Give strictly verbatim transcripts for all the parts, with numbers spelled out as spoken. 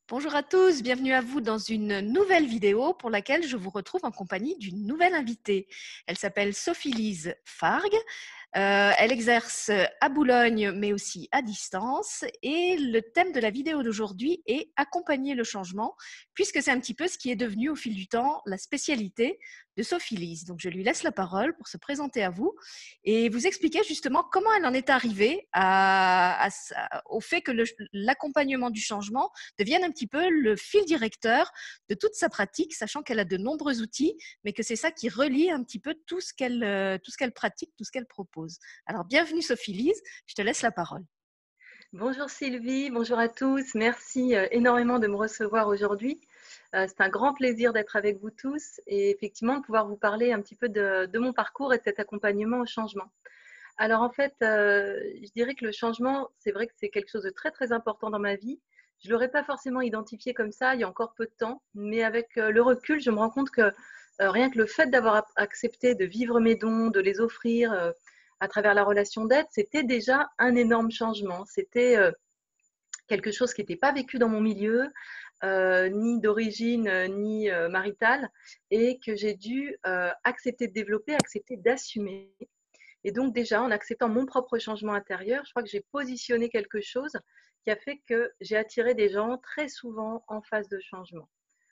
Bonjour à tous, bienvenue à vous dans une nouvelle vidéo pour laquelle je vous retrouve en compagnie d'une nouvelle invitée. Elle s'appelle Sophie-Lise Fargue. Euh, elle exerce à Boulogne, mais aussi à distance. Et le thème de la vidéo d'aujourd'hui est accompagner le changement, puisque c'est un petit peu ce qui est devenu au fil du temps la spécialité de Sophie-Lise. Donc, je lui laisse la parole pour se présenter à vous et vous expliquer justement comment elle en est arrivée à, à, à, au fait que le, l'accompagnement du changement devienne un petit peu le fil directeur de toute sa pratique, sachant qu'elle a de nombreux outils, mais que c'est ça qui relie un petit peu tout ce qu'elle, tout ce qu'elle pratique, tout ce qu'elle propose. Alors, bienvenue Sophie-Lise, je te laisse la parole. Bonjour Sylvie, bonjour à tous. Merci énormément de me recevoir aujourd'hui. C'est un grand plaisir d'être avec vous tous et effectivement de pouvoir vous parler un petit peu de, de mon parcours et de cet accompagnement au changement. Alors en fait, euh, je dirais que le changement, c'est vrai que c'est quelque chose de très très important dans ma vie. Je ne l'aurais pas forcément identifié comme ça il y a encore peu de temps, mais avec le recul, je me rends compte que euh, rien que le fait d'avoir accepté de vivre mes dons, de les offrir, euh, à travers la relation d'aide, c'était déjà un énorme changement. C'était euh, quelque chose qui n'était pas vécu dans mon milieu, euh, ni d'origine, euh, ni euh, maritale, et que j'ai dû euh, accepter de développer, accepter d'assumer. Et donc déjà, en acceptant mon propre changement intérieur, je crois que j'ai positionné quelque chose qui a fait que j'ai attiré des gens très souvent en phase de changement.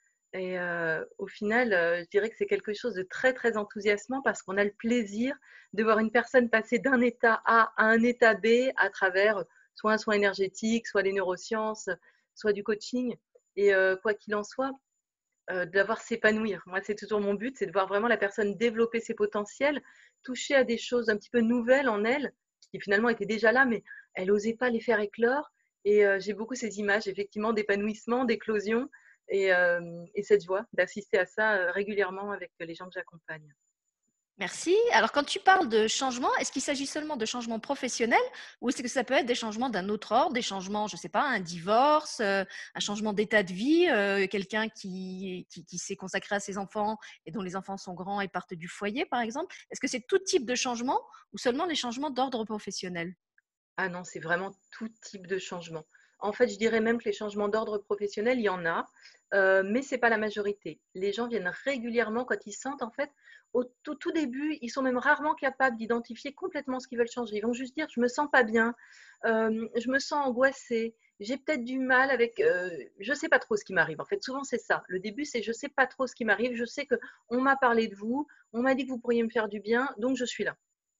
Et euh, au final, euh, je dirais que c'est quelque chose de très, très enthousiasmant parce qu'on a le plaisir de voir une personne passer d'un état A à un état B à travers soit un soin énergétique, soit les neurosciences, soit du coaching. Et euh, quoi qu'il en soit, euh, d'avoir s'épanouir. Moi, c'est toujours mon but, c'est de voir vraiment la personne développer ses potentiels, toucher à des choses un petit peu nouvelles en elle, qui finalement étaient déjà là, mais elle n'osait pas les faire éclore. Et euh, j'ai beaucoup ces images, effectivement, d'épanouissement, d'éclosion et, euh, et cette joie d'assister à ça euh, régulièrement avec les gens que j'accompagne. Merci. Alors, quand tu parles de changement, est-ce qu'il s'agit seulement de changements professionnels ou est-ce que ça peut être des changements d'un autre ordre, des changements, je ne sais pas, un divorce, euh, un changement d'état de vie, euh, quelqu'un qui, qui, qui s'est consacré à ses enfants et dont les enfants sont grands et partent du foyer, par exemple? Est-ce que c'est tout type de changement ou seulement les changements d'ordre professionnel? Ah non, c'est vraiment tout type de changement. En fait, je dirais même que les changements d'ordre professionnel, il y en a, euh, mais ce n'est pas la majorité. Les gens viennent régulièrement quand ils sentent, en fait, au tout, tout début, ils sont même rarement capables d'identifier complètement ce qu'ils veulent changer. Ils vont juste dire, je me sens pas bien, euh, je me sens angoissée, j'ai peut-être du mal avec, euh, je sais pas trop ce qui m'arrive. En fait, souvent c'est ça. Le début, c'est je sais pas trop ce qui m'arrive. Je sais que on m'a parlé de vous, on m'a dit que vous pourriez me faire du bien, donc je suis là.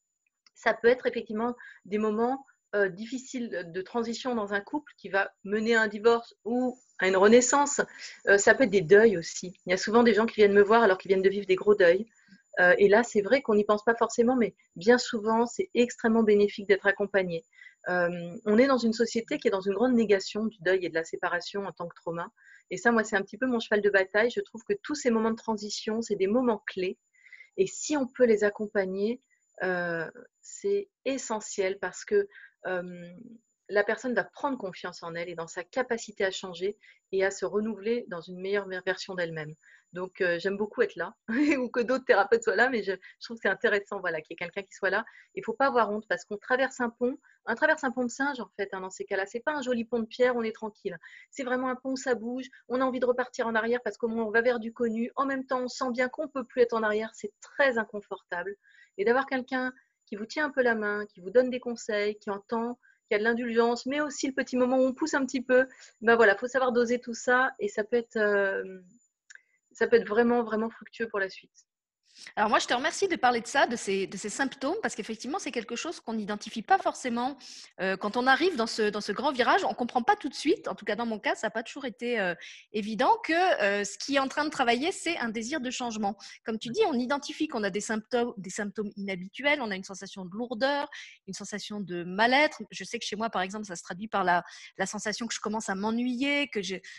Ça peut être effectivement des moments euh, difficiles de transition dans un couple qui va mener à un divorce ou à une renaissance. Euh, ça peut être des deuils aussi. Il y a souvent des gens qui viennent me voir alors qu'ils viennent de vivre des gros deuils. Euh, et là, c'est vrai qu'on n'y pense pas forcément, mais bien souvent, c'est extrêmement bénéfique d'être accompagné. Euh, on est dans une société qui est dans une grande négation du deuil et de la séparation en tant que trauma. Et ça, moi, c'est un petit peu mon cheval de bataille. Je trouve que tous ces moments de transition, c'est des moments clés. Et si on peut les accompagner, euh, c'est essentiel parce que euh, la personne va prendre confiance en elle et dans sa capacité à changer et à se renouveler dans une meilleure version d'elle-même. Donc, euh, j'aime beaucoup être là ou que d'autres thérapeutes soient là, mais je, je trouve que c'est intéressant voilà, qu'il y ait quelqu'un qui soit là. Il ne faut pas avoir honte parce qu'on traverse un pont, on traverse un pont de singe en fait hein, dans ces cas-là. Ce n'est pas un joli pont de pierre, on est tranquille. C'est vraiment un pont, ça bouge, on a envie de repartir en arrière parce qu'au moins on va vers du connu. En même temps, on sent bien qu'on ne peut plus être en arrière, c'est très inconfortable. Et d'avoir quelqu'un qui vous tient un peu la main, qui vous donne des conseils, qui entend, qui a de l'indulgence, mais aussi le petit moment où on pousse un petit peu, ben voilà, il faut savoir doser tout ça et ça peut être, euh, ça peut être vraiment, vraiment fructueux pour la suite. Alors moi, je te remercie de parler de ça, de ces, de ces symptômes, parce qu'effectivement, c'est quelque chose qu'on n'identifie pas forcément euh, quand on arrive dans ce, dans ce grand virage. On ne comprend pas tout de suite, en tout cas dans mon cas, ça n'a pas toujours été euh, évident, que euh, ce qui est en train de travailler, c'est un désir de changement. Comme tu dis, on identifie qu'on a des symptômes, des symptômes inhabituels, on a une sensation de lourdeur, une sensation de mal-être. Je sais que chez moi, par exemple, ça se traduit par la, la sensation que je commence à m'ennuyer, que je,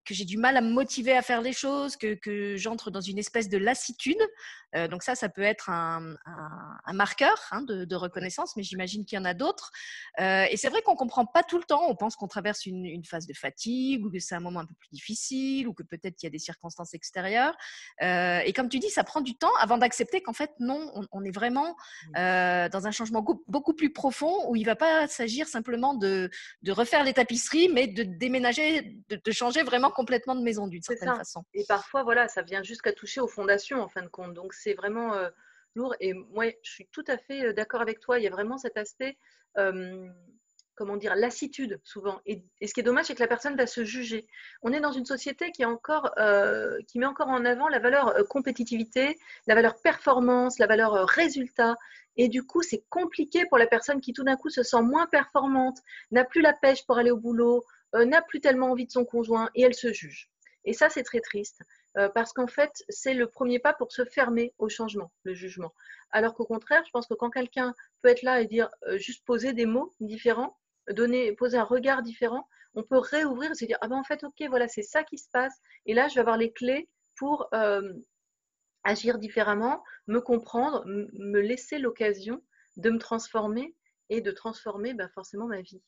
que j'ai du mal à me motiver à faire les choses, que, que j'entre dans une espèce de lassitude. Euh, donc ça, ça peut être un, un, un marqueur hein, de, de reconnaissance, mais j'imagine qu'il y en a d'autres. Euh, et c'est vrai qu'on ne comprend pas tout le temps. On pense qu'on traverse une, une phase de fatigue ou que c'est un moment un peu plus difficile ou que peut-être qu'il y a des circonstances extérieures. Euh, et comme tu dis, ça prend du temps avant d'accepter qu'en fait, non, on, on est vraiment euh, dans un changement beaucoup plus profond où il ne va pas s'agir simplement de, de refaire les tapisseries, mais de déménager, de, de changer vraiment complètement de maison d'une C'est certaine ça. façon. Et parfois, voilà, ça vient jusqu'à toucher aux fondations, en fin de compte. Donc, c'est vraiment euh, lourd. Et moi, je suis tout à fait euh, d'accord avec toi. Il y a vraiment cet aspect, euh, comment dire, lassitude, souvent. Et, et ce qui est dommage, c'est que la personne va se juger. On est dans une société qui, est encore, euh, qui met encore en avant la valeur euh, compétitivité, la valeur performance, la valeur euh, résultat. Et du coup, c'est compliqué pour la personne qui, tout d'un coup, se sent moins performante, n'a plus la pêche pour aller au boulot, euh, n'a plus tellement envie de son conjoint, et elle se juge. Et ça, c'est très triste, euh, parce qu'en fait, c'est le premier pas pour se fermer au changement, le jugement. Alors qu'au contraire, je pense que quand quelqu'un peut être là et dire, euh, juste poser des mots différents, donner, poser un regard différent, on peut réouvrir et se dire, ah ben en fait, ok, voilà, c'est ça qui se passe. Et là, je vais avoir les clés pour euh, agir différemment, me comprendre, me laisser l'occasion de me transformer et de transformer ben, forcément ma vie.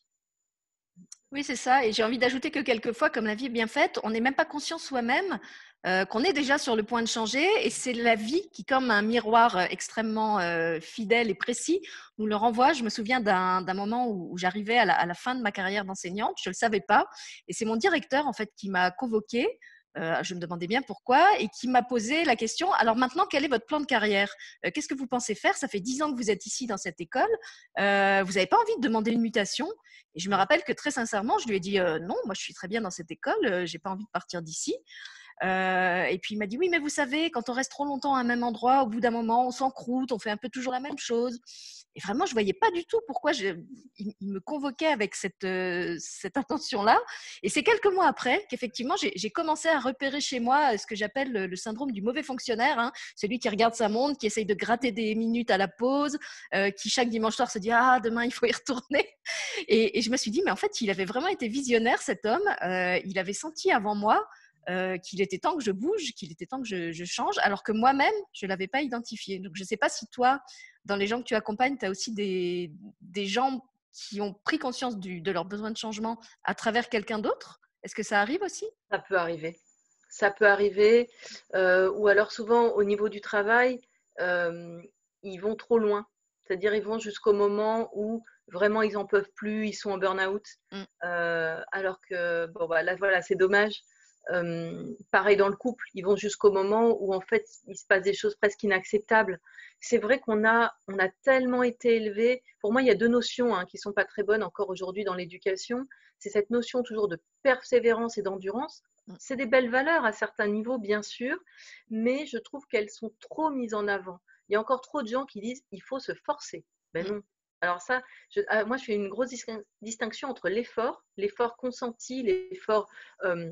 Oui, c'est ça. Et j'ai envie d'ajouter que quelquefois, comme la vie est bien faite, on n'est même pas conscient soi-même euh, qu'on est déjà sur le point de changer. Et c'est la vie qui, comme un miroir euh, extrêmement euh, fidèle et précis, nous le renvoie. Je me souviens d'un, d'un moment où, où j'arrivais à la, à la fin de ma carrière d'enseignante. Je ne le savais pas. Et c'est mon directeur, en fait, qui m'a convoquée. Euh, je me demandais bien pourquoi, et qui m'a posé la question, alors maintenant, quel est votre plan de carrière? euh, Qu'est-ce que vous pensez faire? Ça fait dix ans que vous êtes ici dans cette école. Euh, vous n'avez pas envie de demander une mutation? Et je me rappelle que très sincèrement, je lui ai dit euh, non, moi je suis très bien dans cette école, euh, j'ai pas envie de partir d'ici. Euh, et puis il m'a dit oui, mais vous savez, quand on reste trop longtemps à un même endroit, au bout d'un moment, on s'encroute, on fait un peu toujours la même chose. Et vraiment, je voyais pas du tout pourquoi je, il, il me convoquait avec cette, euh, cette intention-là. Et c'est quelques mois après qu'effectivement, j'ai, j'ai commencé à repérer chez moi ce que j'appelle le, le syndrome du mauvais fonctionnaire, hein, celui qui regarde sa montre, qui essaye de gratter des minutes à la pause, euh, qui chaque dimanche soir se dit ah demain il faut y retourner. Et, et je me suis dit mais en fait, il avait vraiment été visionnaire cet homme. Euh, il avait senti avant moi euh, qu'il était temps que je bouge, qu'il était temps que je, je change, alors que moi-même, je ne l'avais pas identifié. Donc, je ne sais pas si toi, dans les gens que tu accompagnes, tu as aussi des, des gens qui ont pris conscience du, de leurs besoins de changement à travers quelqu'un d'autre. Est-ce que ça arrive aussi? Ça peut arriver. Ça peut arriver. Euh, ou alors souvent au niveau du travail, euh, ils vont trop loin. C'est-à-dire ils vont jusqu'au moment où vraiment ils n'en peuvent plus, ils sont en burn-out. Mm. Euh, alors que, bon, bah, là, voilà, c'est dommage. Euh, pareil dans le couple, ils vont jusqu'au moment où en fait il se passe des choses presque inacceptables. C'est vrai qu'on a, on a tellement été élevés. Pour moi, il y a deux notions hein, qui ne sont pas très bonnes encore aujourd'hui dans l'éducation. C'est cette notion toujours de persévérance et d'endurance. C'est des belles valeurs à certains niveaux, bien sûr, mais je trouve qu'elles sont trop mises en avant. Il y a encore trop de gens qui disent il faut se forcer. Ben non. Alors ça, je, ah, moi je fais une grosse distinction entre l'effort, l'effort consenti, l'effort euh,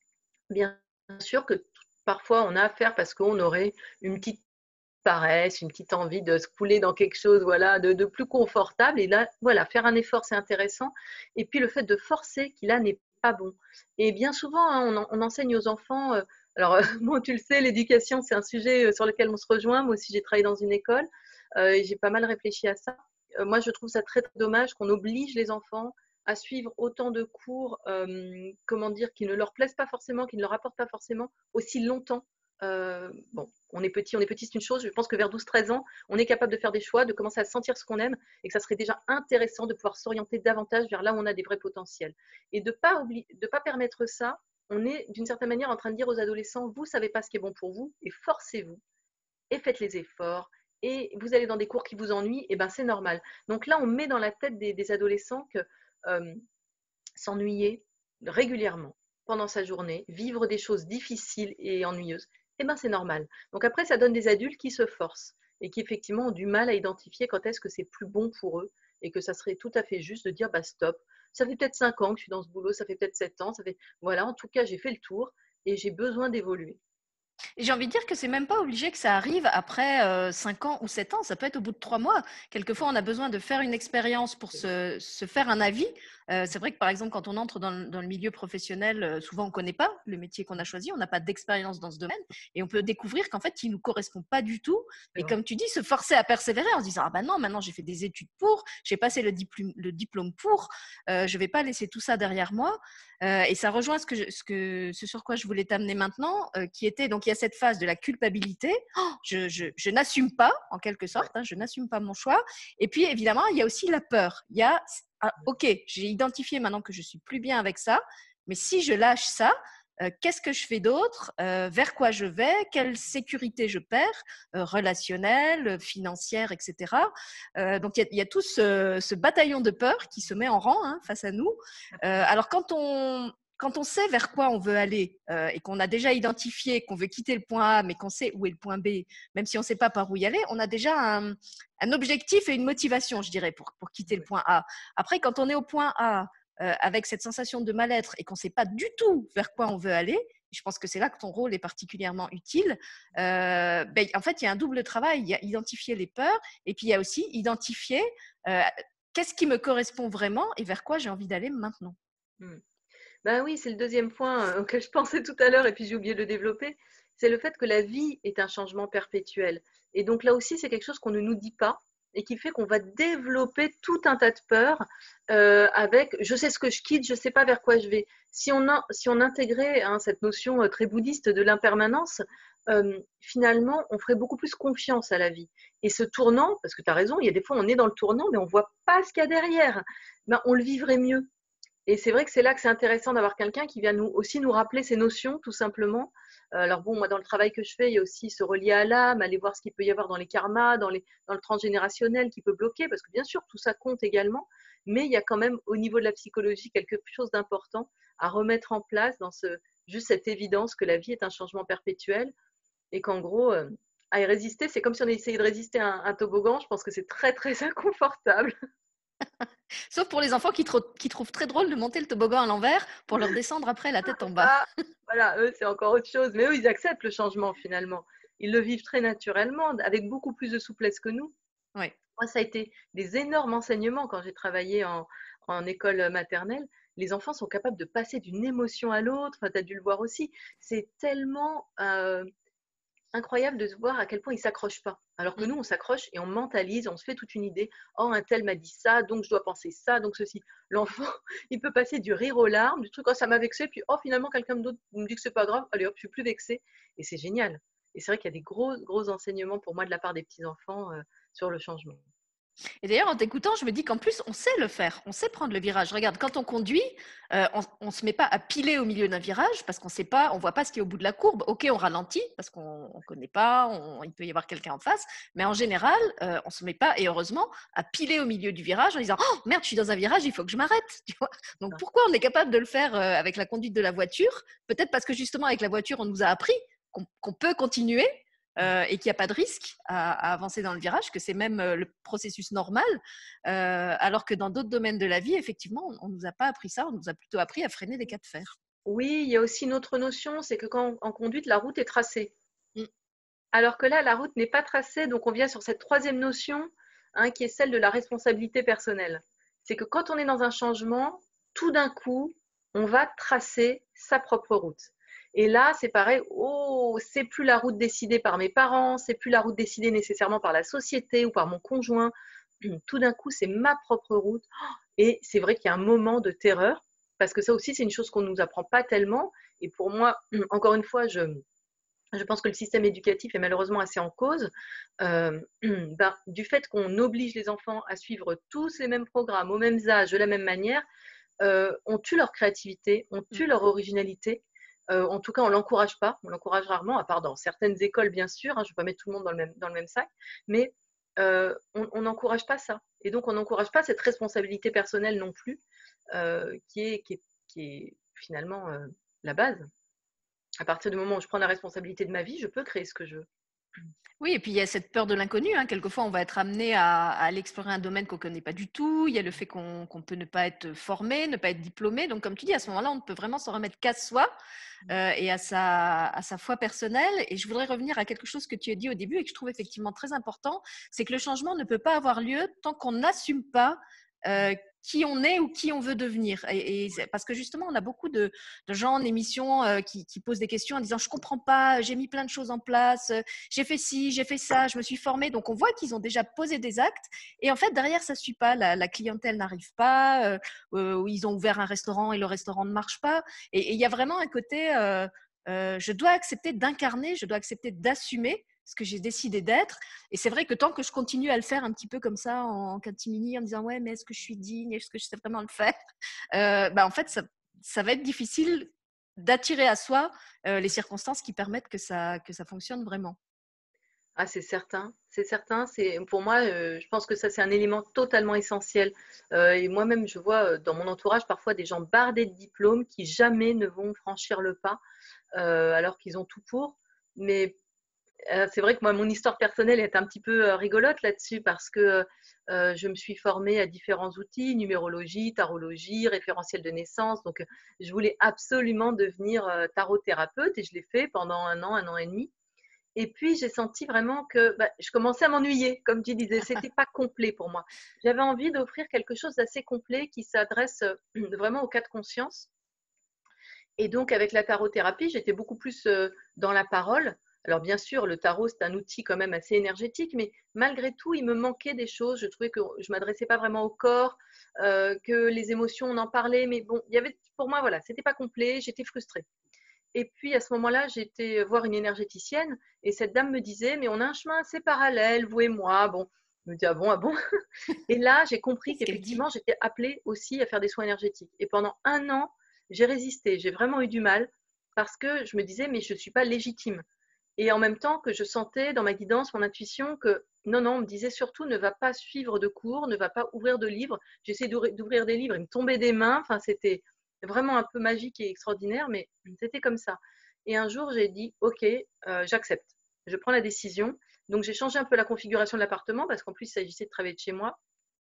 bien sûr que parfois on a à faire parce qu'on aurait une petite paresse, une petite envie de se couler dans quelque chose voilà, de, de plus confortable. Et là, voilà, faire un effort, c'est intéressant. Et puis le fait de forcer, qui là n'est pas bon. Et bien souvent, hein, on, on, enseigne aux enfants, euh, alors euh, bon, tu le sais, l'éducation, c'est un sujet sur lequel on se rejoint. Moi aussi, j'ai travaillé dans une école euh, et j'ai pas mal réfléchi à ça. Euh, moi, je trouve ça très, très dommage qu'on oblige les enfants à suivre autant de cours, euh, comment dire, qui ne leur plaisent pas forcément, qui ne leur apportent pas forcément aussi longtemps. Euh, bon, on est petit, on est petit, c'est une chose. Je pense que vers douze treize ans, on est capable de faire des choix, de commencer à sentir ce qu'on aime et que ça serait déjà intéressant de pouvoir s'orienter davantage vers là où on a des vrais potentiels. Et de ne pas, oublier, de pas permettre ça, on est d'une certaine manière en train de dire aux adolescents, vous ne savez pas ce qui est bon pour vous et forcez-vous et faites les efforts et vous allez dans des cours qui vous ennuient, et ben c'est normal. Donc là, on met dans la tête des, des adolescents que euh, s'ennuyer régulièrement pendant sa journée, vivre des choses difficiles et ennuyeuses, eh ben c'est normal. Donc après, ça donne des adultes qui se forcent et qui effectivement ont du mal à identifier quand est-ce que c'est plus bon pour eux et que ça serait tout à fait juste de dire bah stop. Ça fait peut-être cinq ans que je suis dans ce boulot, ça fait peut-être sept ans, ça fait voilà, en tout cas, j'ai fait le tour et j'ai besoin d'évoluer. Et j'ai envie de dire que c'est même pas obligé que ça arrive après euh, cinq ans ou sept ans, ça peut être au bout de trois mois. Quelquefois, on a besoin de faire une expérience pour se, se faire un avis. Euh, c'est vrai que par exemple, quand on entre dans le, dans le milieu professionnel, euh, souvent on ne connaît pas le métier qu'on a choisi, on n'a pas d'expérience dans ce domaine et on peut découvrir qu'en fait, il ne nous correspond pas du tout. C'est Et vrai. comme tu dis, se forcer à persévérer en se disant, ah ben non, maintenant j'ai fait des études pour, j'ai passé le diplôme, le diplôme pour, euh, je ne vais pas laisser tout ça derrière moi. Euh, et ça rejoint ce, que je, ce, que, ce sur quoi je voulais t'amener maintenant, euh, qui était, donc il y a cette phase de la culpabilité, oh, je, je, je n'assume pas, en quelque Ouais. sorte, hein, je n'assume pas mon choix. Et puis évidemment, il y a aussi la peur. Il y a, ah, ok, j'ai identifié maintenant que je suis plus bien avec ça, mais si je lâche ça, euh, qu'est-ce que je fais d'autre, euh, vers quoi je vais, quelle sécurité je perds, euh, relationnelle, financière, et cetera. Euh, donc il y a, il y a tout ce, ce bataillon de peur qui se met en rang hein, face à nous. Euh, alors quand on, quand on sait vers quoi on veut aller euh, et qu'on a déjà identifié qu'on veut quitter le point A, mais qu'on sait où est le point B, même si on ne sait pas par où y aller, on a déjà un, un objectif et une motivation, je dirais, pour, pour quitter le point A. Après, quand on est au point A, euh, avec cette sensation de mal-être et qu'on ne sait pas du tout vers quoi on veut aller, je pense que c'est là que ton rôle est particulièrement utile. Euh, ben, en fait, il y a un double travail. Il y a identifier les peurs et puis il y a aussi identifier euh, qu'est-ce qui me correspond vraiment et vers quoi j'ai envie d'aller maintenant. Mmh. Ben oui, c'est le deuxième point euh, auquel je pensais tout à l'heure et puis j'ai oublié de le développer. C'est le fait que la vie est un changement perpétuel. Et donc là aussi, c'est quelque chose qu'on ne nous dit pas et qui fait qu'on va développer tout un tas de peurs euh, avec je sais ce que je quitte, je ne sais pas vers quoi je vais. Si on, a, si on intégrait hein, cette notion euh, très bouddhiste de l'impermanence, euh, finalement, on ferait beaucoup plus confiance à la vie. Et ce tournant, parce que tu as raison, il y a des fois, on est dans le tournant, mais on ne voit pas ce qu'il y a derrière. Ben, on le vivrait mieux. Et c'est vrai que c'est là que c'est intéressant d'avoir quelqu'un qui vient nous, aussi nous rappeler ces notions, tout simplement. Euh, alors bon, moi, dans le travail que je fais, il y a aussi se relier à l'âme, aller voir ce qu'il peut y avoir dans les karmas, dans, les, dans le transgénérationnel qui peut bloquer, parce que bien sûr, tout ça compte également, mais il y a quand même, au niveau de la psychologie, quelque chose d'important à remettre en place dans ce, juste cette évidence que la vie est un changement perpétuel et qu'en gros, euh, à y résister, c'est comme si on essayait de résister à un, un toboggan. Je pense que c'est très, très inconfortable. Sauf pour les enfants qui, qui, trouvent très drôle de monter le toboggan à l'envers pour leur descendre après la tête en bas. Ah, voilà, eux, c'est encore autre chose. Mais eux, ils acceptent le changement finalement. Ils le vivent très naturellement, avec beaucoup plus de souplesse que nous. Oui. Moi, ça a été des énormes enseignements quand j'ai travaillé en, en école maternelle. Les enfants sont capables de passer d'une émotion à l'autre. Enfin, tu as dû le voir aussi. C'est tellement euh, incroyable de se voir à quel point ils ne s'accrochent pas. Alors que nous, on s'accroche et on mentalise, on se fait toute une idée. Oh, un tel m'a dit ça, donc je dois penser ça, donc ceci. L'enfant, il peut passer du rire aux larmes, du truc, oh, ça m'a vexé, puis oh, finalement, quelqu'un d'autre me dit que c'est pas grave, allez hop, je suis plus vexée. Et c'est génial. Et c'est vrai qu'il y a des gros, gros enseignements pour moi de la part des petits-enfants euh, sur le changement. Et d'ailleurs, en t'écoutant, je me dis qu'en plus, on sait le faire, on sait prendre le virage. Regarde, quand on conduit, euh, on ne se met pas à piler au milieu d'un virage parce qu'on sait pas, on voit pas ce qui est au bout de la courbe. Ok, on ralentit parce qu'on ne connaît pas, on, il peut y avoir quelqu'un en face, mais en général, euh, on se met pas, et heureusement, à piler au milieu du virage en disant oh merde, je suis dans un virage, il faut que je m'arrête. Tu vois. Donc pourquoi on est capable de le faire euh, avec la conduite de la voiture? Peut-être parce que justement avec la voiture, on nous a appris qu'on qu'on peut continuer euh, et qu'il n'y a pas de risque à, à avancer dans le virage, que c'est même euh, le processus normal, euh, alors que dans d'autres domaines de la vie, effectivement, on ne nous a pas appris ça, on nous a plutôt appris à freiner les cas de fer. Oui, il y a aussi une autre notion, c'est que quand en conduite, la route est tracée. Mm. Alors que là, la route n'est pas tracée, donc on vient sur cette troisième notion hein, qui est celle de la responsabilité personnelle. C'est que quand on est dans un changement, tout d'un coup, on va tracer sa propre route. Et là, c'est pareil, oh, c'est plus la route décidée par mes parents, c'est plus la route décidée nécessairement par la société ou par mon conjoint. Tout d'un coup, c'est ma propre route. Et c'est vrai qu'il y a un moment de terreur, parce que ça aussi, c'est une chose qu'on ne nous apprend pas tellement. Et pour moi, encore une fois, je, je pense que le système éducatif est malheureusement assez en cause euh, ben, du fait qu'on oblige les enfants à suivre tous les mêmes programmes, aux mêmes âges, de la même manière. Euh, on tue leur créativité, on tue leur originalité. Euh, en tout cas, on ne l'encourage pas, on l'encourage rarement, à part dans certaines écoles, bien sûr. Hein, je ne vais pas mettre tout le monde dans le même, dans le même sac, mais euh, on n'encourage pas ça. Et donc, on n'encourage pas cette responsabilité personnelle non plus, euh, qui, est, qui, est, qui est finalement euh, la base. À partir du moment où je prends la responsabilité de ma vie, je peux créer ce que je veux. Oui, et puis il y a cette peur de l'inconnu, hein. Quelquefois, on va être amené à, à aller explorer un domaine qu'on ne connaît pas du tout. Il y a le fait qu'on qu'on peut ne pas être formé, ne pas être diplômé. Donc, comme tu dis, à ce moment-là, on ne peut vraiment s'en remettre qu'à soi euh, et à sa, à sa foi personnelle. Et je voudrais revenir à quelque chose que tu as dit au début et que je trouve effectivement très important, c'est que le changement ne peut pas avoir lieu tant qu'on n'assume pas euh, qui on est ou qui on veut devenir. Et, et parce que justement, on a beaucoup de, de gens en émission euh, qui, qui posent des questions en disant je comprends pas, j'ai mis plein de choses en place, euh, j'ai fait ci, j'ai fait ça, je me suis formée. Donc on voit qu'ils ont déjà posé des actes et en fait derrière ça suit pas, la, la clientèle n'arrive pas, euh, euh, ils ont ouvert un restaurant et le restaurant ne marche pas. Et il y a vraiment un côté, euh, euh, je dois accepter d'incarner, je dois accepter d'assumer ce que j'ai décidé d'être. Et c'est vrai que tant que je continue à le faire un petit peu comme ça en catimini, en disant ouais mais est-ce que je suis digne, est-ce que je sais vraiment le faire, euh, bah en fait ça, ça va être difficile d'attirer à soi euh, les circonstances qui permettent que ça, que ça fonctionne vraiment. Ah, c'est certain, c'est certain. C'est pour moi, euh, je pense que ça c'est un élément totalement essentiel. Euh, et moi-même, je vois euh, dans mon entourage parfois des gens bardés de diplômes qui jamais ne vont franchir le pas, euh, alors qu'ils ont tout pour. Mais euh, c'est vrai que moi, mon histoire personnelle est un petit peu euh, rigolote là-dessus parce que euh, je me suis formée à différents outils, numérologie, tarologie, référentiel de naissance. Donc, euh, je voulais absolument devenir euh, tarot-thérapeute et je l'ai fait pendant un an, un an et demi. Et puis, j'ai senti vraiment que bah, je commençais à m'ennuyer, comme tu disais, c'était pas complet pour moi. J'avais envie d'offrir quelque chose d'assez complet qui s'adresse euh, vraiment au cas de conscience. Et donc, avec la tarothérapie, j'étais beaucoup plus euh, dans la parole. Alors, bien sûr, le tarot, c'est un outil quand même assez énergétique, mais malgré tout, il me manquait des choses. Je trouvais que je ne m'adressais pas vraiment au corps, euh, que les émotions, on en parlait, mais bon, il y avait, pour moi, voilà, c'était pas complet, j'étais frustrée. Et puis, à ce moment-là, j'étais voir une énergéticienne et cette dame me disait, mais on a un chemin assez parallèle, vous et moi. Bon, je me dis, ah bon, ah bon. Et là, j'ai compris Qu'est-ce qu'elle dit? qu'effectivement, j'étais appelée aussi à faire des soins énergétiques. Et pendant un an, j'ai résisté. J'ai vraiment eu du mal parce que je me disais, mais je ne suis pas légitime. Et en même temps que je sentais dans ma guidance, mon intuition, que non, non, on me disait surtout ne va pas suivre de cours, ne va pas ouvrir de livres. J'essayais d'ouvrir des livres, ils me tombaient des mains. Enfin, c'était vraiment un peu magique et extraordinaire, mais c'était comme ça. Et un jour, j'ai dit, OK, euh, j'accepte. Je prends la décision. Donc, j'ai changé un peu la configuration de l'appartement parce qu'en plus, il s'agissait de travailler de chez moi.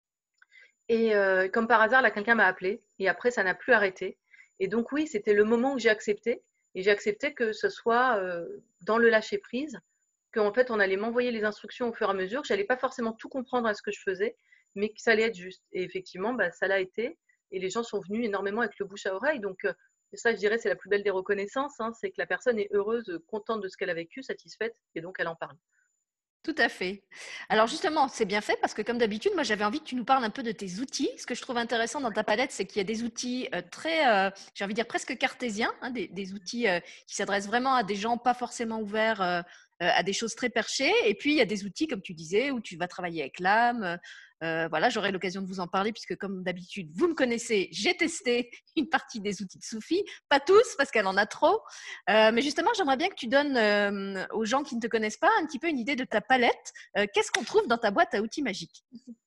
Et euh, comme par hasard, là, quelqu'un m'a appelé. Et après, ça n'a plus arrêté. Et donc, oui, c'était le moment où j'ai accepté. Et j'ai accepté que ce soit euh, dans le lâcher-prise, qu'en fait, on allait m'envoyer les instructions au fur et à mesure, que je n'allais pas forcément tout comprendre à ce que je faisais, mais que ça allait être juste. Et effectivement, bah, ça l'a été. Et les gens sont venus énormément avec le bouche à oreille. Donc, euh, ça, je dirais, c'est la plus belle des reconnaissances. Hein, c'est que la personne est heureuse, contente de ce qu'elle a vécu, satisfaite, et donc elle en parle. Tout à fait. Alors justement, c'est bien fait parce que comme d'habitude, moi j'avais envie que tu nous parles un peu de tes outils. Ce que je trouve intéressant dans ta palette, c'est qu'il y a des outils euh, très, euh, j'ai envie de dire presque cartésiens, hein, des, des outils euh, qui s'adressent vraiment à des gens pas forcément ouverts euh, euh, à des choses très perchées. Et puis il y a des outils, comme tu disais, où tu vas travailler avec l'âme. Euh, voilà, j'aurai l'occasion de vous en parler puisque comme d'habitude, vous me connaissez, j'ai testé une partie des outils de Sophie, pas tous parce qu'elle en a trop. Euh, mais justement, j'aimerais bien que tu donnes euh, aux gens qui ne te connaissent pas un petit peu une idée de ta palette. Euh, Qu'est-ce qu'on trouve dans ta boîte à outils magiques?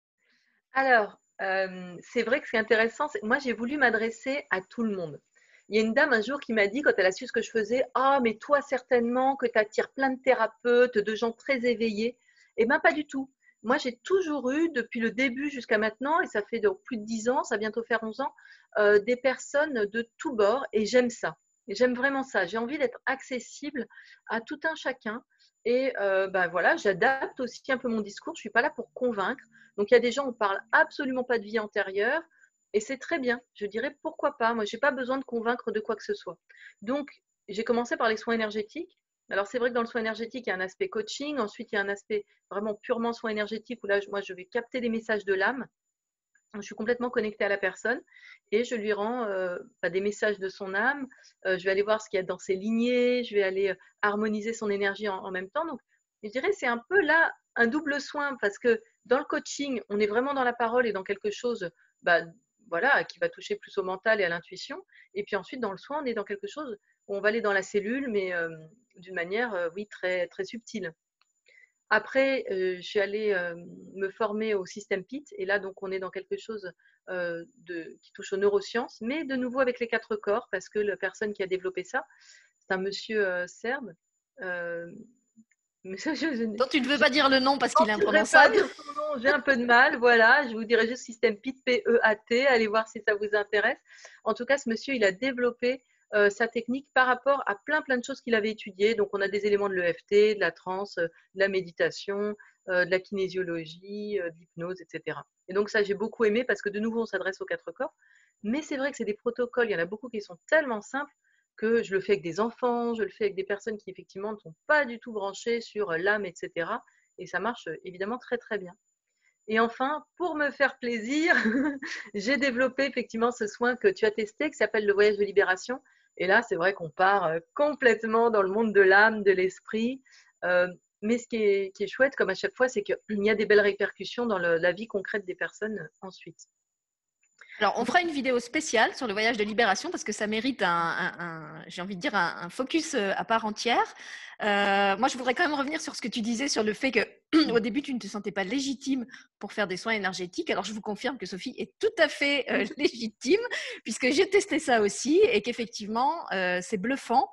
Alors, euh, c'est vrai que ce qui est intéressant, c'est moi j'ai voulu m'adresser à tout le monde. Il y a une dame un jour qui m'a dit, quand elle a su ce que je faisais, ah, mais toi certainement que tu attires plein de thérapeutes, de gens très éveillés. Eh bien, pas du tout. Moi, j'ai toujours eu, depuis le début jusqu'à maintenant, et ça fait donc plus de dix ans, ça va bientôt faire onze ans, euh, des personnes de tous bords, et j'aime ça. Et j'aime vraiment ça. J'ai envie d'être accessible à tout un chacun. Et euh, ben voilà, j'adapte aussi un peu mon discours. Je ne suis pas là pour convaincre. Donc, il y a des gens, on ne parle absolument pas de vie antérieure et c'est très bien. Je dirais pourquoi pas. Moi, je n'ai pas besoin de convaincre de quoi que ce soit. Donc, j'ai commencé par les soins énergétiques. Alors, c'est vrai que dans le soin énergétique, il y a un aspect coaching. Ensuite, il y a un aspect vraiment purement soin énergétique où là, moi, je vais capter des messages de l'âme. Je suis complètement connectée à la personne et je lui rends euh, bah, des messages de son âme. Euh, je vais aller voir ce qu'il y a dans ses lignées. Je vais aller euh, harmoniser son énergie en, en même temps. Donc, je dirais c'est un peu là un double soin parce que dans le coaching, on est vraiment dans la parole et dans quelque chose bah, voilà, qui va toucher plus au mental et à l'intuition. Et puis ensuite, dans le soin, on est dans quelque chose où on va aller dans la cellule, mais euh, d'une manière, euh, oui, très, très subtile. Après, euh, je suis allée euh, me former au système P I T et là, donc, on est dans quelque chose euh, de, qui touche aux neurosciences, mais de nouveau avec les quatre corps parce que la personne qui a développé ça, c'est un monsieur euh, serbe, euh, Mais ça, je, je, dont tu ne veux pas dire le nom parce qu'il est je ne saurais pas imprononçable. dire son nom, j'ai un peu de mal, voilà. Je vous dirais juste système P I T, P E A T, allez voir si ça vous intéresse. En tout cas, ce monsieur, il a développé euh, sa technique par rapport à plein, plein de choses qu'il avait étudiées. Donc, on a des éléments de l'E F T, de la transe, de la méditation, euh, de la kinésiologie, euh, de l'hypnose, et cetera. Et donc, ça, j'ai beaucoup aimé parce que, de nouveau, on s'adresse aux quatre corps. Mais c'est vrai que c'est des protocoles, il y en a beaucoup qui sont tellement simples que je le fais avec des enfants, je le fais avec des personnes qui, effectivement, ne sont pas du tout branchées sur l'âme, et cetera. Et ça marche évidemment très, très bien. Et enfin, pour me faire plaisir, j'ai développé effectivement ce soin que tu as testé, qui s'appelle le voyage de libération. Et là, c'est vrai qu'on part complètement dans le monde de l'âme, de l'esprit. Euh, mais ce qui est, qui est chouette, comme à chaque fois, c'est qu'il y a des belles répercussions dans le, la vie concrète des personnes ensuite. Alors, on fera une vidéo spéciale sur le voyage de libération parce que ça mérite un, un, un j'ai envie de dire, un, un focus à part entière. Euh, moi, je voudrais quand même revenir sur ce que tu disais sur le fait que au début, tu ne te sentais pas légitime pour faire des soins énergétiques. Alors, je vous confirme que Sophie est tout à fait euh, légitime puisque j'ai testé ça aussi et qu'effectivement, euh, c'est bluffant.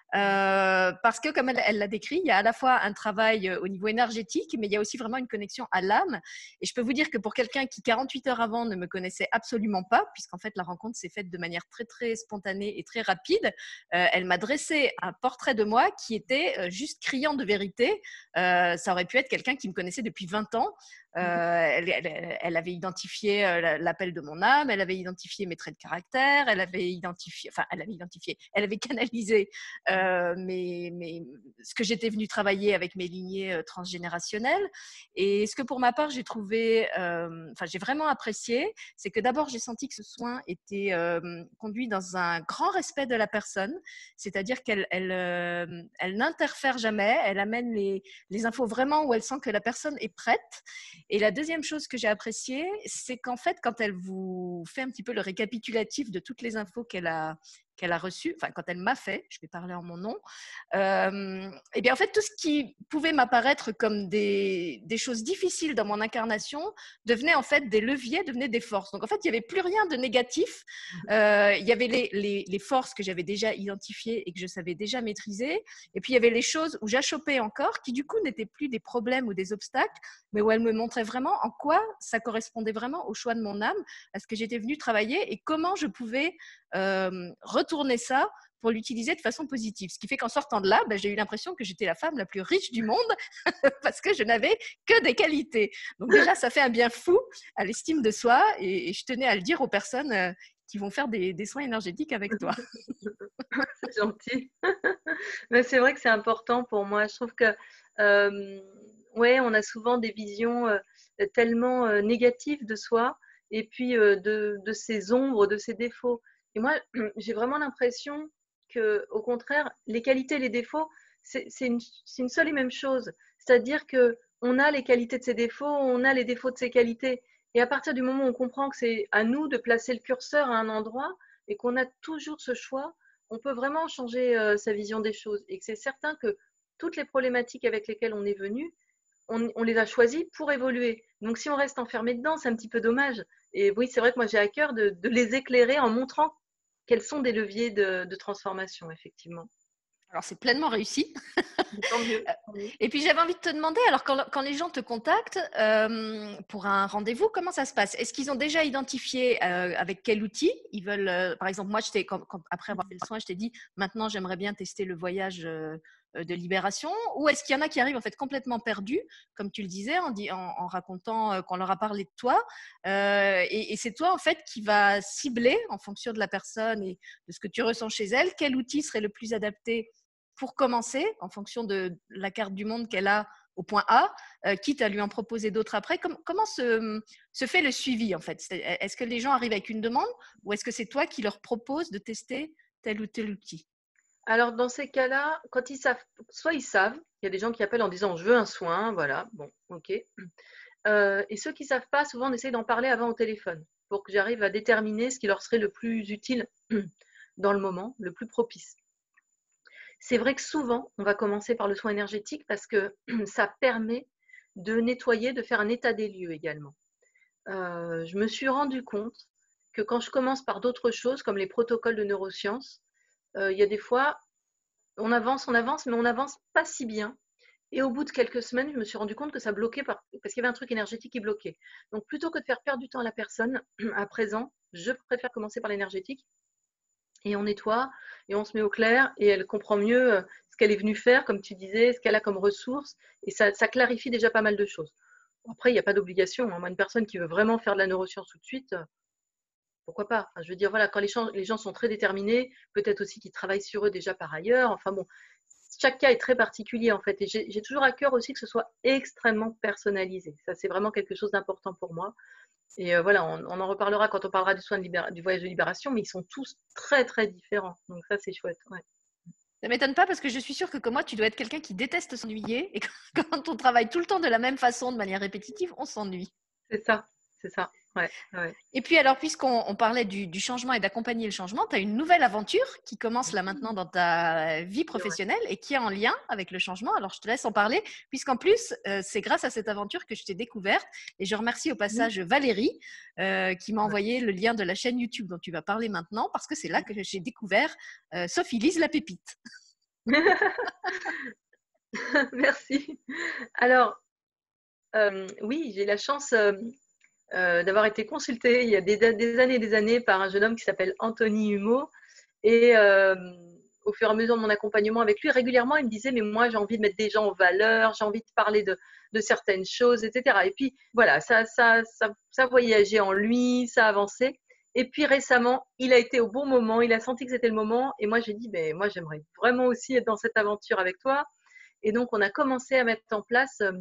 Euh, parce que, comme elle, elle l'a décrit, il y a à la fois un travail au niveau énergétique, mais il y a aussi vraiment une connexion à l'âme. Et je peux vous dire que pour quelqu'un qui, quarante-huit heures avant, ne me connaissait absolument pas, puisqu'en fait, la rencontre s'est faite de manière très, très spontanée et très rapide, euh, elle m'a dressé un portrait de moi qui était euh, juste criant de vérité. Euh, ça aurait pu être quelqu'un qui me connaissait depuis vingt ans. Euh, elle, elle, elle, avait identifié euh, l'appel de mon âme, elle avait identifié mes traits de caractère, elle avait identifié, enfin, elle avait identifié, elle avait canalisé euh, mes, mes, ce que j'étais venue travailler avec mes lignées euh, transgénérationnelles. Et ce que pour ma part, j'ai trouvé, euh, enfin, j'ai vraiment apprécié, c'est que d'abord, j'ai senti que ce soin était euh, conduit dans un grand respect de la personne, c'est-à-dire qu'elle elle, euh, elle n'interfère jamais, elle amène les, les infos vraiment où elle sent que la personne est prête. Et la deuxième chose que j'ai appréciée, c'est qu'en fait, quand elle vous fait un petit peu le récapitulatif de toutes les infos qu'elle a, qu'elle a reçues, enfin quand elle m'a fait, je vais parler en mon nom, euh, et bien en fait tout ce qui pouvait m'apparaître comme des, des choses difficiles dans mon incarnation devenait en fait des leviers, devenait des forces. Donc en fait il n'y avait plus rien de négatif, euh, il y avait les, les, les forces que j'avais déjà identifiées et que je savais déjà maîtriser, et puis il y avait les choses où j'achoppais encore, qui du coup n'étaient plus des problèmes ou des obstacles, mais où elle me montrait vraiment en quoi ça correspondait vraiment au choix de mon âme, à ce que j'étais venue travailler et comment je pouvais euh, retourner ça pour l'utiliser de façon positive. Ce qui fait qu'en sortant de là, ben, j'ai eu l'impression que j'étais la femme la plus riche du monde parce que je n'avais que des qualités. Donc déjà, ça fait un bien fou à l'estime de soi et, et je tenais à le dire aux personnes euh, qui vont faire des, des soins énergétiques avec toi. C'est gentil. Mais c'est vrai que c'est important pour moi. Je trouve que euh, ouais, on a souvent des visions euh, tellement euh, négatives de soi et puis euh, de, de ses ombres, de ses défauts. Et moi, j'ai vraiment l'impression que, au contraire, les qualités et les défauts, c'est une, une seule et même chose. C'est-à-dire que on a les qualités de ses défauts, on a les défauts de ses qualités. Et à partir du moment où on comprend que c'est à nous de placer le curseur à un endroit et qu'on a toujours ce choix, on peut vraiment changer euh, sa vision des choses. Et que c'est certain que toutes les problématiques avec lesquelles on est venu, on, on, les a choisies pour évoluer. Donc si on reste enfermé dedans, c'est un petit peu dommage. Et oui, c'est vrai que moi j'ai à cœur de, de les éclairer en montrant quels sont des leviers de, de transformation, effectivement. Alors, c'est pleinement réussi. Tant mieux, tant mieux. Et puis, j'avais envie de te demander, alors quand, quand les gens te contactent euh, pour un rendez-vous, comment ça se passe? Est-ce qu'ils ont déjà identifié euh, avec quel outil ils veulent, euh, par exemple, moi, je quand, quand, après avoir fait le soin, je t'ai dit, maintenant, j'aimerais bien tester le voyage euh, de libération. Ou est-ce qu'il y en a qui arrivent en fait complètement perdus, comme tu le disais, en, en, en racontant euh, qu'on leur a parlé de toi, euh, et, et c'est toi, en fait, qui va cibler, en fonction de la personne et de ce que tu ressens chez elle, quel outil serait le plus adapté pour commencer, en fonction de la carte du monde qu'elle a au point A, euh, quitte à lui en proposer d'autres après. Com comment se, se fait le suivi, en fait? Est-ce que les gens arrivent avec une demande ou est-ce que c'est toi qui leur proposes de tester tel ou tel outil? Alors, dans ces cas-là, quand ils savent, soit ils savent, il y a des gens qui appellent en disant je veux un soin, voilà, bon, ok. Euh, et ceux qui ne savent pas, souvent on essaie d'en parler avant au téléphone pour que j'arrive à déterminer ce qui leur serait le plus utile dans le moment, le plus propice. C'est vrai que souvent, on va commencer par le soin énergétique parce que ça permet de nettoyer, de faire un état des lieux également. Euh, je me suis rendu compte que quand je commence par d'autres choses, comme les protocoles de neurosciences, euh, il y a des fois, on avance, on avance, mais on n'avance pas si bien. Et au bout de quelques semaines, je me suis rendu compte que ça bloquait par- parce qu'il y avait un truc énergétique qui bloquait. Donc, plutôt que de faire perdre du temps à la personne, à présent, je préfère commencer par l'énergétique et on nettoie et on se met au clair et elle comprend mieux euh, ce qu'elle est venue faire, comme tu disais, ce qu'elle a comme ressources et ça, ça clarifie déjà pas mal de choses. Après, il n'y a pas d'obligation, hein. Moi, une personne qui veut vraiment faire de la neuroscience tout de suite, euh, pourquoi pas? Enfin, je veux dire, voilà, quand les gens, les gens sont très déterminés, peut-être aussi qu'ils travaillent sur eux déjà par ailleurs. Enfin bon, chaque cas est très particulier en fait. Et j'ai j'ai toujours à cœur aussi que ce soit extrêmement personnalisé. Ça, c'est vraiment quelque chose d'important pour moi. Et euh, voilà, on, on en reparlera quand on parlera du soin de libéra- du voyage de libération, mais ils sont tous très très différents. Donc ça, c'est chouette. Ouais. Ça m'étonne pas parce que je suis sûre que comme moi, tu dois être quelqu'un qui déteste s'ennuyer et que quand on travaille tout le temps de la même façon, de manière répétitive, on s'ennuie. C'est ça, c'est ça. Ouais, ouais. Et puis alors, puisqu'on on parlait du, du changement et d'accompagner le changement, tu as une nouvelle aventure qui commence là maintenant dans ta vie Ouais. professionnelle et qui est en lien avec le changement. Alors, je te laisse en parler, puisqu'en plus, euh, c'est grâce à cette aventure que je t'ai découverte. Et je remercie au Mhm. passage Valérie euh, qui m'a Ouais. envoyé le lien de la chaîne YouTube dont tu vas parler maintenant, parce que c'est là que j'ai découvert euh, Sophie Lise la pépite. Merci. Alors, euh, oui, j'ai la chance euh, euh, d'avoir été consultée il y a des, des années et des années par un jeune homme qui s'appelle Anthony Humeau. Et euh, au fur et à mesure de mon accompagnement avec lui, régulièrement, il me disait, mais moi, j'ai envie de mettre des gens en valeur, j'ai envie de parler de, de certaines choses, et cetera. Et puis, voilà, ça, ça, ça, ça voyageait en lui, ça avançait. Et puis récemment, il a été au bon moment, il a senti que c'était le moment. Et moi, j'ai dit, ben, moi, j'aimerais vraiment aussi être dans cette aventure avec toi. Et donc, on a commencé à mettre en place euh,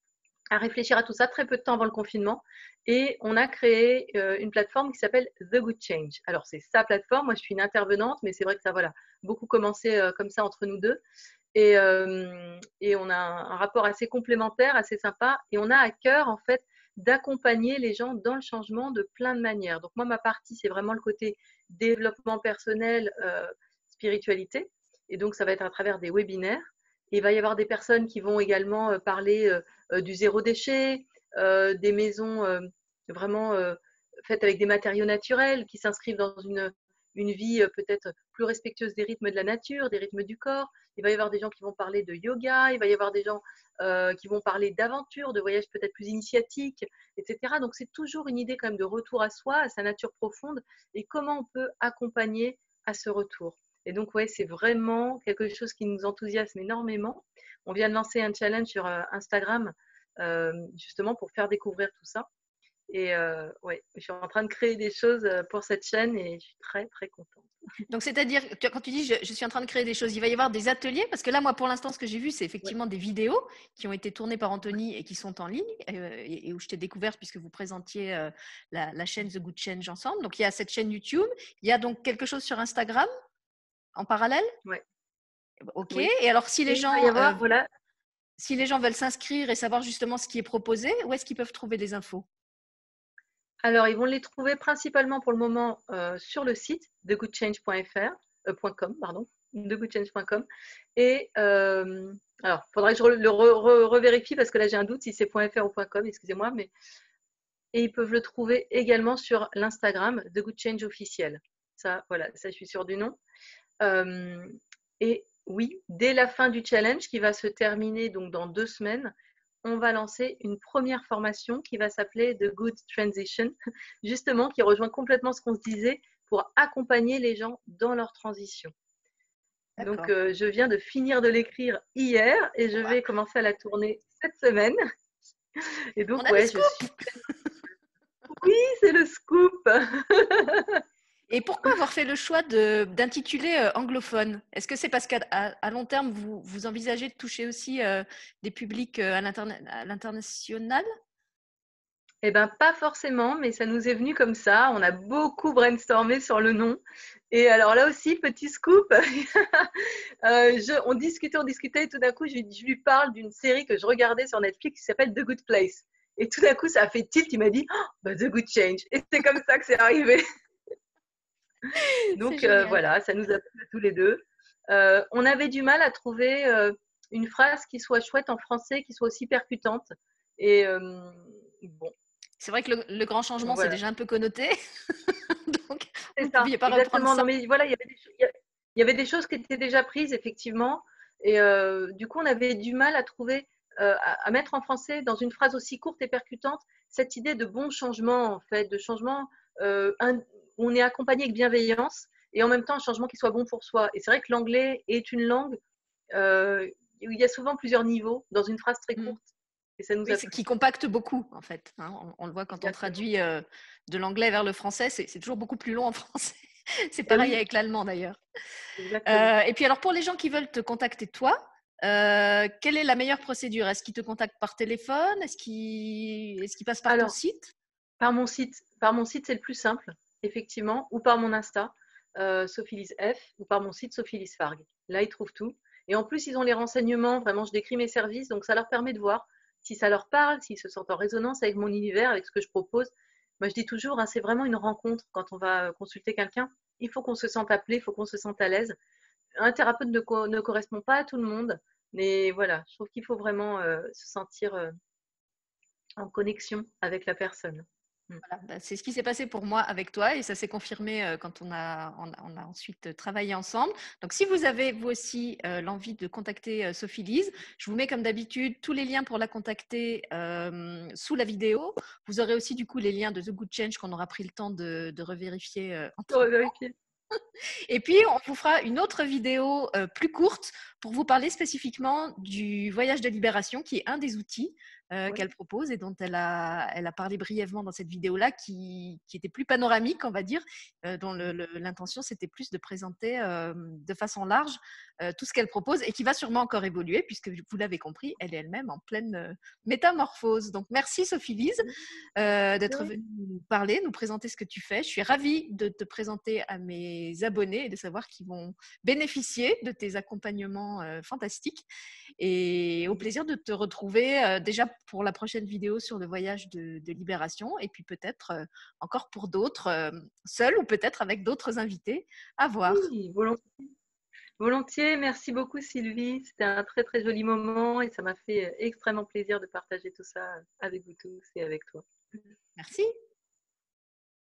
à réfléchir à tout ça très peu de temps avant le confinement. Et on a créé euh, une plateforme qui s'appelle The Good Change. Alors, c'est sa plateforme. Moi, je suis une intervenante, mais c'est vrai que ça, voilà, beaucoup commencé euh, comme ça entre nous deux. Et, euh, et on a un, un rapport assez complémentaire, assez sympa. Et on a à cœur, en fait, d'accompagner les gens dans le changement de plein de manières. Donc, moi, ma partie, c'est vraiment le côté développement personnel, euh, spiritualité. Et donc, ça va être à travers des webinaires. Et il va y avoir des personnes qui vont également euh, parler euh, du zéro déchet, euh, des maisons euh, vraiment euh, faites avec des matériaux naturels qui s'inscrivent dans une, une vie euh, peut-être plus respectueuse des rythmes de la nature, des rythmes du corps. Il va y avoir des gens qui vont parler de yoga, il va y avoir des gens euh, qui vont parler d'aventure, de voyages peut-être plus initiatiques, et cetera. Donc c'est toujours une idée quand même de retour à soi, à sa nature profonde et comment on peut accompagner à ce retour. Et donc, ouais, c'est vraiment quelque chose qui nous enthousiasme énormément. On vient de lancer un challenge sur euh, Instagram, euh, justement pour faire découvrir tout ça. Et euh, ouais, je suis en train de créer des choses pour cette chaîne et je suis très, très contente. Donc, c'est-à-dire, quand tu dis je, je, suis en train de créer des choses, il va y avoir des ateliers, parce que là, moi, pour l'instant, ce que j'ai vu, c'est Ouais. effectivement des vidéos qui ont été tournées par Anthony et qui sont en ligne, euh, et, et où je t'ai découverte puisque vous présentiez euh, la, la chaîne The Good Change ensemble. Donc, il y a cette chaîne YouTube, il y a donc quelque chose sur Instagram en parallèle. Ouais. Ok. Oui. Et alors, si les Et il va y gens, euh, avoir, voilà. si les gens veulent s'inscrire et savoir justement ce qui est proposé, où est-ce qu'ils peuvent trouver les infos? Alors, ils vont les trouver principalement pour le moment euh, sur le site the good change point f r, euh, .com, pardon, the good change point com. Et euh, alors, il faudrait que je le revérifie re, re, parce que là, j'ai un doute si c'est .fr ou .com, excusez-moi, mais et ils peuvent le trouver également sur l'Instagram The Good Change officiel. Ça, voilà, ça, je suis sûre du nom. Euh, et oui, dès la fin du challenge qui va se terminer donc dans deux semaines, on va lancer une première formation qui va s'appeler The Good Transition, justement, qui rejoint complètement ce qu'on se disait pour accompagner les gens dans leur transition. Donc, euh, je viens de finir de l'écrire hier et je vais commencer à la tourner cette semaine. Et donc, on a ouais, le je scoop. suis. Oui, c'est le scoop. Et pourquoi avoir fait le choix de, d'intituler euh, anglophone? Est-ce que c'est parce qu'à à long terme, vous, vous envisagez de toucher aussi euh, des publics euh, à, l'interna- à l'international? Eh bien, pas forcément, mais ça nous est venu comme ça. On a beaucoup brainstormé sur le nom. Et alors là aussi, petit scoop, euh, je, on discutait, on discutait, et tout d'un coup, je, je lui parle d'une série que je regardais sur Netflix qui s'appelle The Good Place. Et tout d'un coup, ça a fait tilt, il m'a dit oh, bah, The Good Change. Et c'est comme ça que c'est arrivé. Donc euh, voilà, ça nous a plu à tous les deux. Euh, on avait du mal à trouver euh, une phrase qui soit chouette en français, qui soit aussi percutante. Et euh, bon. C'est vrai que le, le grand changement, Voilà. c'est déjà un peu connoté. Donc, vous C'est ne ça, pouviez pas reprendre exactement. ça. Non, mais voilà, il y avait des, il y avait des choses qui étaient déjà prises, effectivement. Et euh, du coup, on avait du mal à trouver, euh, à, à mettre en français dans une phrase aussi courte et percutante cette idée de bon changement, en fait, de changement euh, un, où on est accompagné avec bienveillance et en même temps un changement qui soit bon pour soi. Et c'est vrai que l'anglais est une langue euh, où il y a souvent plusieurs niveaux dans une phrase très Mm. courte. Et ça nous Oui, a c'est plu. qui compacte beaucoup, en fait. Hein. On, on le voit quand on Exactement. traduit euh, de l'anglais vers le français, c'est c'est toujours beaucoup plus long en français. C'est Et pareil oui, avec l'allemand d'ailleurs. exactement. Euh, et puis alors pour les gens qui veulent te contacter toi, euh, quelle est la meilleure procédure? Est-ce qu'ils te contactent par téléphone? Est-ce qu'ils est-ce qu'ils passent par ton Alors, site? par mon site, par mon site, c'est le plus simple, effectivement, ou par mon Insta, euh, Sophie Lise F, ou par mon site Sophie Lise Fargue. Là, ils trouvent tout. Et en plus, ils ont les renseignements. Vraiment, je décris mes services, donc ça leur permet de voir si ça leur parle, s'ils se sentent en résonance avec mon univers, avec ce que je propose. Moi, je dis toujours, hein, c'est vraiment une rencontre quand on va consulter quelqu'un. Il faut qu'on se sente appelé, il faut qu'on se sente à l'aise. Un thérapeute ne, co ne, correspond pas à tout le monde, mais voilà, je trouve qu'il faut vraiment euh, se sentir euh, en connexion avec la personne. Mm. Voilà, bah, c'est ce qui s'est passé pour moi avec toi et ça s'est confirmé euh, quand on a, on, a, on a ensuite travaillé ensemble. Donc, si vous avez vous aussi euh, l'envie de contacter euh, Sophie Lise, je vous mets comme d'habitude tous les liens pour la contacter euh, sous la vidéo. Vous aurez aussi du coup les liens de The Good Change qu'on aura pris le temps de, de revérifier euh, Pour entre. vérifier. Et puis, on vous fera une autre vidéo euh, plus courte pour vous parler spécifiquement du voyage de libération, qui est un des outils euh, Ouais. qu'elle propose et dont elle a, elle a parlé brièvement dans cette vidéo-là, qui, qui était plus panoramique, on va dire, euh, dont le- le- l'intention, c'était plus de présenter euh, de façon large euh, tout ce qu'elle propose et qui va sûrement encore évoluer, puisque vous l'avez compris, elle est elle-même en pleine euh, métamorphose. Donc, merci Sophie Lise euh, d'être venue nous parler, nous présenter ce que tu fais. Je suis ravie de te présenter à mes abonnés et de savoir qu'ils vont bénéficier de tes accompagnements euh, fantastiques. Et au plaisir de te retrouver euh, déjà pour la prochaine vidéo sur le voyage de, de libération et puis peut-être euh, encore pour d'autres, euh, seuls ou peut-être avec d'autres invités à voir. Oui, volontiers. Volontiers. Merci beaucoup Sylvie. C'était un très très joli moment et ça m'a fait extrêmement plaisir de partager tout ça avec vous tous et avec toi. Merci.